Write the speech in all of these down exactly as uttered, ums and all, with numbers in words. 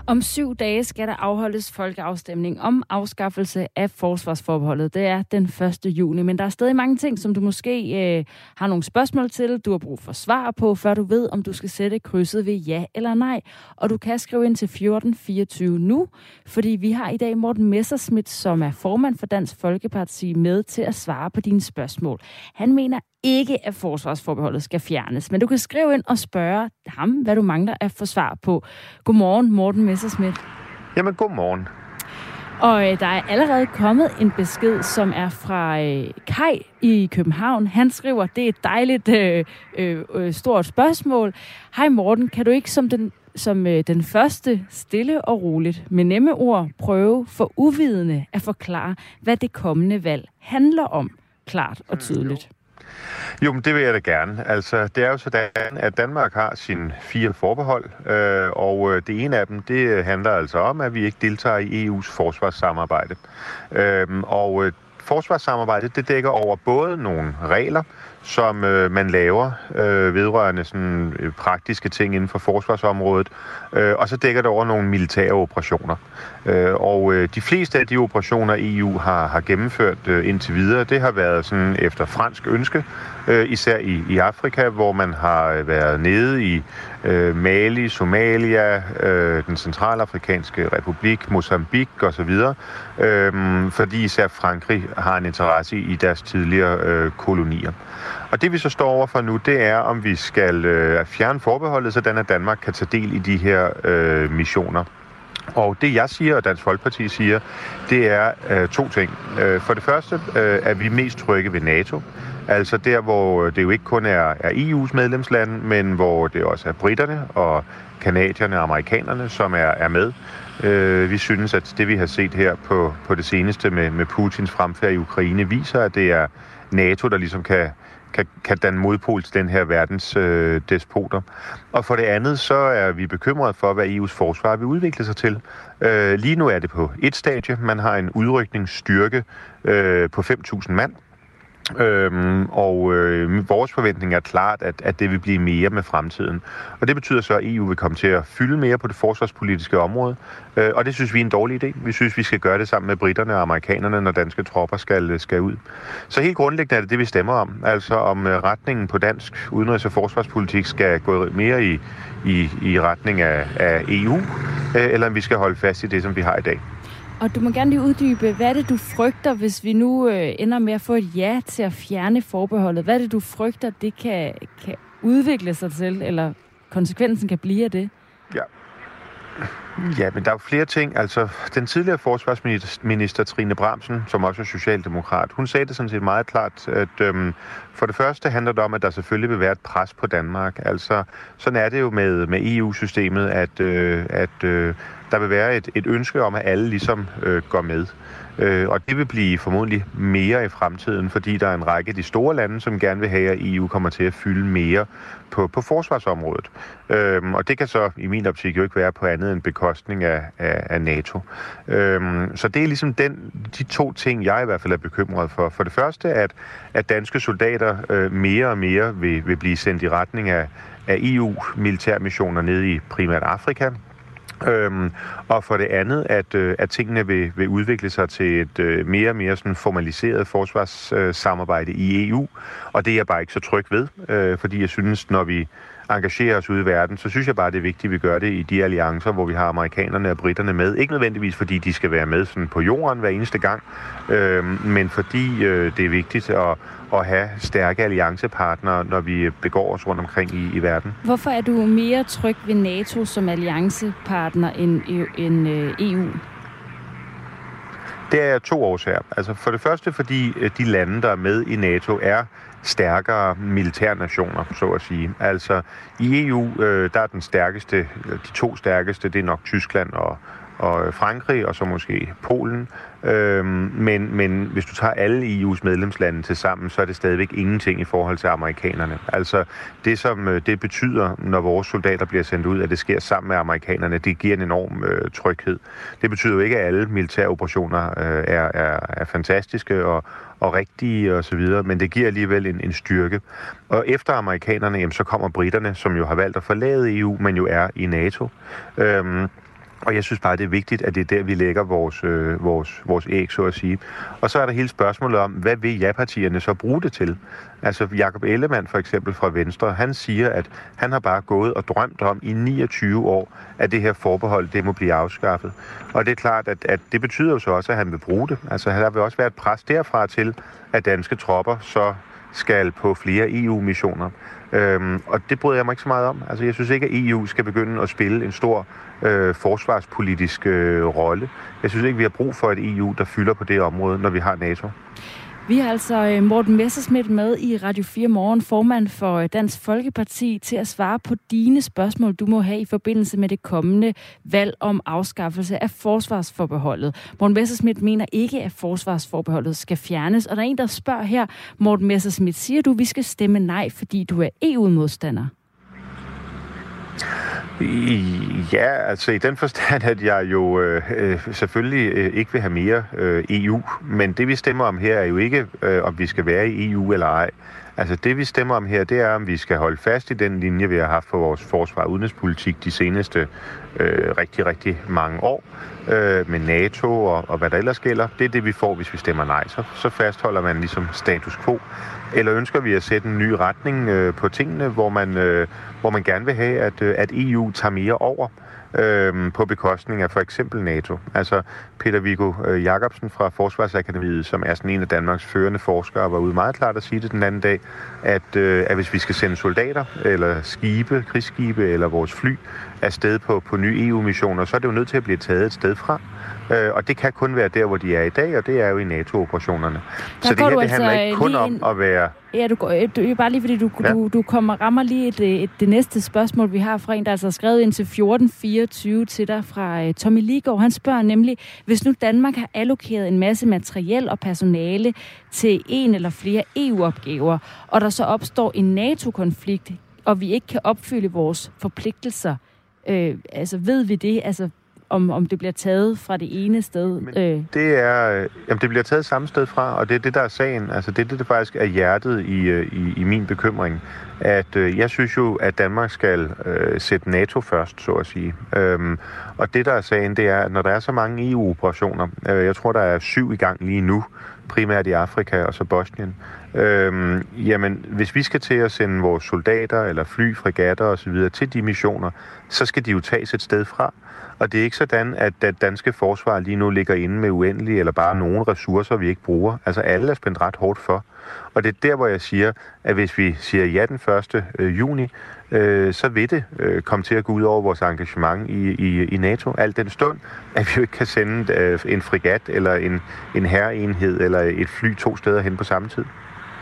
Om syv dage skal der afholdes folkeafstemning om afskaffelse af forsvarsforbeholdet. Det er den første juni, men der er stadig mange ting, som du måske øh, har nogle spørgsmål til, du har brug for svar på, før du ved, om du skal sætte krydset ved ja eller nej. Og du kan skrive ind til fjorten fireogtyve nu, fordi vi har i dag Morten Messerschmidt, som er formand for Dansk Folkeparti, med til at svare på dine spørgsmål. Han mener ikke, at forsvarsforbeholdet skal fjernes, men du kan skrive ind og spørge ham, hvad du mangler at få svar på. Godmorgen, Morten Messerschmidt. Jamen, godmorgen. Og øh, der er allerede kommet en besked, som er fra øh, Kai i København. Han skriver, det er et dejligt øh, øh, stort spørgsmål. Hej Morten, kan du ikke som den, som øh, den første stille og roligt med nemme ord prøve for uvidende at forklare, hvad det kommende valg handler om, klart og tydeligt? Jo, men det vil jeg da gerne. Altså, det er jo sådan, at Danmark har sine fire forbehold, øh, og det ene af dem, det handler altså om, at vi ikke deltager i E U's forsvarssamarbejde. Øh, og øh, forsvarssamarbejdet, det dækker over både nogle regler, som øh, man laver øh, vedrørende sådan, øh, praktiske ting inden for forsvarsområdet, øh, og så dækker det over nogle militære operationer. Øh, og øh, de fleste af de operationer, E U har, har gennemført øh, indtil videre, det har været sådan efter fransk ønske, øh, især i, i Afrika, hvor man har været nede i øh, Mali, Somalia, øh, den centralafrikanske republik, Mozambique osv., øh, fordi især Frankrig har en interesse i deres tidligere øh, kolonier. Og det vi så står overfor nu, det er, om vi skal øh, fjerne forbeholdet, sådan at Danmark kan tage del i de her øh, missioner. Og det jeg siger, og Dansk Folkeparti siger, det er øh, to ting. Øh, for det første øh, er vi mest trygge ved NATO. Altså der, hvor det jo ikke kun er, er E U's medlemslande, men hvor det også er britterne og canadierne og amerikanerne, som er, er med. Øh, vi synes, at det vi har set her på, på det seneste med, med Putins fremfærd i Ukraine, viser, at det er NATO, der ligesom kan Kan, kan danne modpol til den her verdens øh, despoter. Og for det andet, så er vi bekymrede for, hvad E U's forsvar vil udvikle sig til. Øh, lige nu er det på et stadie. Man har en udrykningsstyrke øh, på fem tusind mand. Øhm, og øh, vores forventning er klart, at, at det vil blive mere med fremtiden. Og det betyder så, at E U vil komme til at fylde mere på det forsvarspolitiske område. Øh, og det synes vi er en dårlig idé. Vi synes, vi skal gøre det sammen med britterne og amerikanerne, når danske tropper skal, skal ud. Så helt grundlæggende er det det, vi stemmer om. Altså om retningen på dansk udenrigs- og forsvarspolitik skal gå mere i, i, i retning af, af E U, øh, eller om vi skal holde fast i det, som vi har i dag. Og du må gerne lige uddybe, hvad er det, du frygter, hvis vi nu øh, ender med at få et ja til at fjerne forbeholdet? Hvad er det, du frygter, det kan, kan udvikle sig til, eller konsekvensen kan blive af det? Ja. Ja, men der er jo flere ting. Altså, den tidligere forsvarsminister Trine Bramsen, som også er socialdemokrat, hun sagde det sådan set meget klart, at øhm, for det første handler det om, at der selvfølgelig vil være et pres på Danmark. Altså, sådan er det jo med, med E U-systemet, at, øh, at øh, der vil være et, et ønske om, at alle ligesom øh, går med. Øh, og det vil blive formodentlig mere i fremtiden, fordi der er en række af de store lande, som gerne vil have, at E U kommer til at fylde mere på, på forsvarsområdet. Øh, og det kan så i min optik jo ikke være på andet end bekostning af, af, af NATO. Øh, så det er ligesom den, de to ting, jeg i hvert fald er bekymret for. For det første, at, at danske soldater øh, mere og mere vil, vil blive sendt i retning af, af E U-militærmissioner nede i primært Afrika. Øhm, og for det andet, at, øh, at tingene vil, vil udvikle sig til et øh, mere og mere sådan formaliseret forsvarssamarbejde øh, i E U, og det er jeg bare ikke så tryg ved, øh, fordi jeg synes, når vi engagerer os ude i verden, så synes jeg bare, det er vigtigt, at vi gør det i de alliancer, hvor vi har amerikanerne og britterne med. Ikke nødvendigvis, fordi de skal være med sådan på jorden hver eneste gang, øh, men fordi øh, det er vigtigt at, at have stærke alliancepartnere, når vi begår os rundt omkring i, i verden. Hvorfor er du mere tryg ved NATO som alliancepartner end, end øh, E U? Det er to årsager. Altså for det første, fordi de lande, der er med i NATO, er stærkere militærnationer, så at sige. Altså i E U, øh, der er den stærkeste, de to stærkeste, det er nok Tyskland og, og Frankrig, og så måske Polen. Øhm, men, men hvis du tager alle E U's medlemslande til sammen, så er det stadigvæk ingenting i forhold til amerikanerne. Altså det, som det betyder, når vores soldater bliver sendt ud, at det sker sammen med amerikanerne, det giver en enorm øh, tryghed. Det betyder jo ikke, at alle militære operationer øh, er, er, er fantastiske og, og rigtige og så videre, men det giver alligevel en, en styrke. Og efter amerikanerne, jamen, så kommer britterne, som jo har valgt at forlade E U, men jo er i NATO. Øhm, Og jeg synes bare, det er vigtigt, at det er der, vi lægger vores, øh, vores, vores æg, så at sige. Og så er der hele spørgsmålet om, hvad vil ja-partierne så bruge det til? Altså Jakob Ellemann for eksempel fra Venstre, han siger, at han har bare gået og drømt om i niogtyve år, at det her forbehold, det må blive afskaffet. Og det er klart, at, at det betyder jo så også, at han vil bruge det. Altså der vil også være et pres derfra til, at danske tropper så skal på flere E U-missioner. Øhm, og det bryder jeg mig ikke så meget om. Altså jeg synes ikke, at E U skal begynde at spille en stor øh, forsvarspolitisk øh, rolle. Jeg synes ikke, vi har brug for et E U, der fylder på det område, når vi har NATO. Vi har altså Morten Messerschmidt med i Radio fire Morgen, formand for Dansk Folkeparti, til at svare på dine spørgsmål, du må have i forbindelse med det kommende valg om afskaffelse af forsvarsforbeholdet. Morten Messerschmidt mener ikke, at forsvarsforbeholdet skal fjernes, og der er en, der spørger her, Morten Messerschmidt, siger du, at vi skal stemme nej, fordi du er E U-modstander? Ja, altså i den forstand, at jeg jo øh, selvfølgelig øh, ikke vil have mere øh, E U, men det vi stemmer om her er jo ikke, øh, om vi skal være i E U eller ej. Altså det vi stemmer om her, det er, om vi skal holde fast i den linje, vi har haft for vores forsvar og udenrigspolitik de seneste øh, rigtig, rigtig mange år øh, med NATO og, og hvad der ellers gælder. Det er det, vi får, hvis vi stemmer nej. Så, så fastholder man ligesom status quo. Eller ønsker vi at sætte en ny retning øh, på tingene, hvor man, øh, hvor man gerne vil have, at, øh, at E U tager mere over øh, på bekostning af for eksempel NATO. Altså Peter Viggo øh, Jacobsen fra Forsvarsakademiet, som er sådan en af Danmarks førende forskere, var ude meget klart at sige det den anden dag, at, øh, at hvis vi skal sende soldater eller skibe, krigsskibe eller vores fly afsted på, på nye E U-missioner, så er det jo nødt til at blive taget et sted fra. Øh, og det kan kun være der, hvor de er i dag, og det er jo i NATO-operationerne. Der så det her, det altså handler ikke kun en... om at være... Ja, du, du, bare lige fordi du, ja. du, du kommer rammer lige et, et, det næste spørgsmål, vi har fra en, der altså har skrevet ind til fjorten fireogtyve til dig fra uh, Tommy Ligård. Han spørger nemlig, hvis nu Danmark har allokeret en masse materiel og personale til en eller flere E U-opgaver, og der så opstår en NATO-konflikt, og vi ikke kan opfylde vores forpligtelser, øh, altså ved vi det, altså Om, om det bliver taget fra det ene sted? Øh. Det er, jamen det bliver taget samme sted fra, og det er det, der er sagen. Altså det er det, der faktisk er hjertet i, i, i min bekymring. At øh, jeg synes jo, at Danmark skal øh, sætte NATO først, så at sige. Øhm, og det, der er sagen, det er, at når der er så mange E U-operationer, øh, jeg tror, der er syv i gang lige nu, primært i Afrika og så Bosnien, øhm, jamen hvis vi skal til at sende vores soldater eller fly, fregatter osv. til de missioner, så skal de jo tages et sted fra. Og det er ikke sådan, at det danske forsvar lige nu ligger inde med uendelige eller bare nogle ressourcer, vi ikke bruger. Altså alle er spændt ret hårdt for. Og det er der, hvor jeg siger, at hvis vi siger ja den første juni, øh, så vil det øh, komme til at gå ud over vores engagement i, i, i NATO. Alt den stund, at vi jo ikke kan sende øh, en fregat eller en, en hærenhed eller et fly to steder hen på samme tid.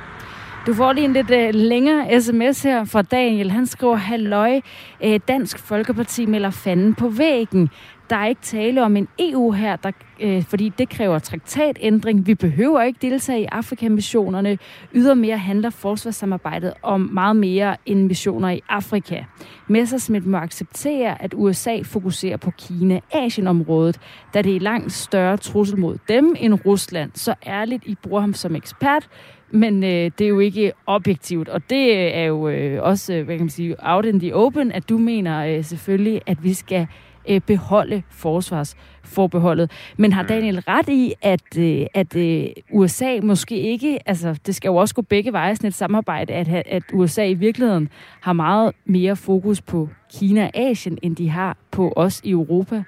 Du får lige en lidt uh, længere sms her fra Daniel. Han skriver, halløj, uh, Dansk Folkeparti melder fanden på væggen. Der er ikke tale om en E U her, der, uh, fordi det kræver traktatændring. Vi behøver ikke deltage i Afrika-missionerne. Ydermere handler forsvarssamarbejdet om meget mere end missioner i Afrika. Messerschmidt må acceptere, at U S A fokuserer på Kina-Asien-området, da det er langt større trussel mod dem end Rusland. Så ærligt, I bruger ham som ekspert, men øh, det er jo ikke objektivt, og det er jo øh, også, hvad kan man sige, out in the open, at du mener øh, selvfølgelig, at vi skal øh, beholde forsvarsforbeholdet. Men har Daniel ret i, at, øh, at øh, U S A måske ikke, altså det skal jo også gå begge veje, sådan et samarbejde, at, at U S A i virkeligheden har meget mere fokus på Kina og Asien, end de har på os i Europa?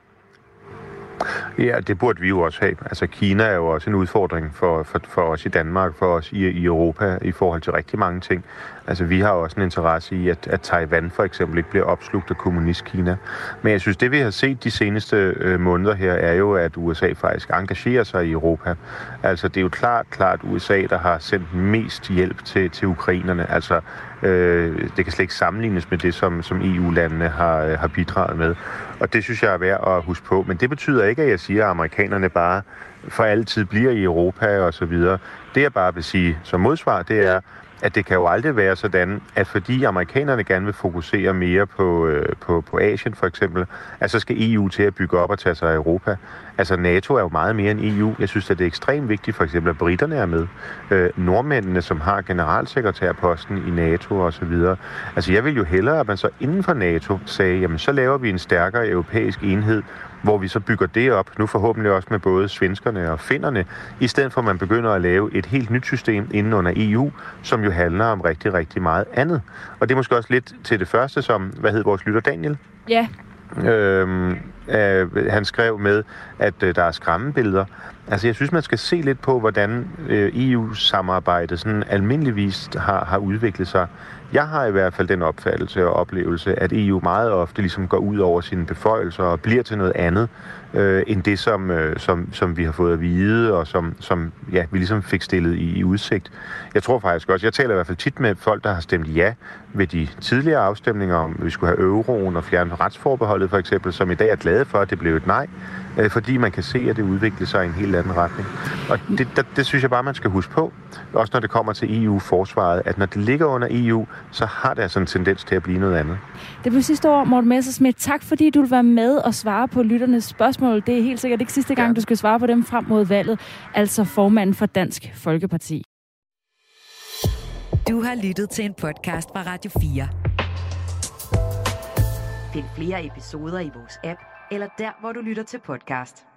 Ja, det burde vi jo også have. Altså Kina er jo også en udfordring for, for, for os i Danmark, for os i, i Europa i forhold til rigtig mange ting. Altså vi har også en interesse i, at, at Taiwan for eksempel ikke bliver opslugt af kommunist-Kina. Men jeg synes, det vi har set de seneste øh, måneder her, er jo, at U S A faktisk engagerer sig i Europa. Altså det er jo klart, klart U S A, der har sendt mest hjælp til, til ukrainerne. Altså øh, det kan slet ikke sammenlignes med det, som, som E U-landene har, har bidraget med. Og det synes jeg er værd at huske på. Men det betyder ikke, at jeg siger, at amerikanerne bare for altid bliver i Europa og så videre. Det jeg bare vil sige som modsvar, det er, at det kan jo aldrig være sådan, at fordi amerikanerne gerne vil fokusere mere på, øh, på, på Asien for eksempel, at så skal E U til at bygge op og tage sig af Europa. Altså NATO er jo meget mere end E U. Jeg synes, at det er ekstremt vigtigt, for eksempel, at britterne er med. Øh, nordmændene, som har generalsekretærposten i NATO og så videre. Altså jeg vil jo hellere, at man så inden for NATO sagde, jamen så laver vi en stærkere europæisk enhed, hvor vi så bygger det op, nu forhåbentlig også med både svenskerne og finnerne, i stedet for at man begynder at lave et helt nyt system inden under E U, som jo handler om rigtig, rigtig meget andet. Og det er måske også lidt til det første, som, hvad hed vores lytter, Daniel? Ja. Øhm, øh, han skrev med, at øh, der er skræmmebilleder. Altså, jeg synes, man skal se lidt på, hvordan øh, E U-samarbejdet sådan almindeligvis har, har udviklet sig. Jeg har i hvert fald den opfattelse og oplevelse, at E U meget ofte ligesom går ud over sine beføjelser og bliver til noget andet, øh, end det, som, øh, som, som vi har fået at vide, og som, som ja, vi ligesom fik stillet i, i udsigt. Jeg tror faktisk også, jeg taler i hvert fald tit med folk, der har stemt ja ved de tidligere afstemninger om, at vi skulle have euroen og fjerne retsforbeholdet for eksempel, som i dag er glade for, at det blev et nej, øh, fordi man kan se, at det udvikler sig i en helt anden retning. Og det, det, det synes jeg bare, man skal huske på, også når det kommer til E U-forsvaret, at når det ligger under E U, så har det altså en tendens til at blive noget andet. Det blev sidste år, Morten Messerschmidt. Tak fordi du vil være med og svare på lytternes spørgsmål. Det er helt sikkert ikke sidste gang, ja. Du skal svare på dem frem mod valget. Altså formanden for Dansk Folkeparti. Du har lyttet til en podcast fra Radio fire. Find flere episoder i vores app, eller der, hvor du lytter til podcast.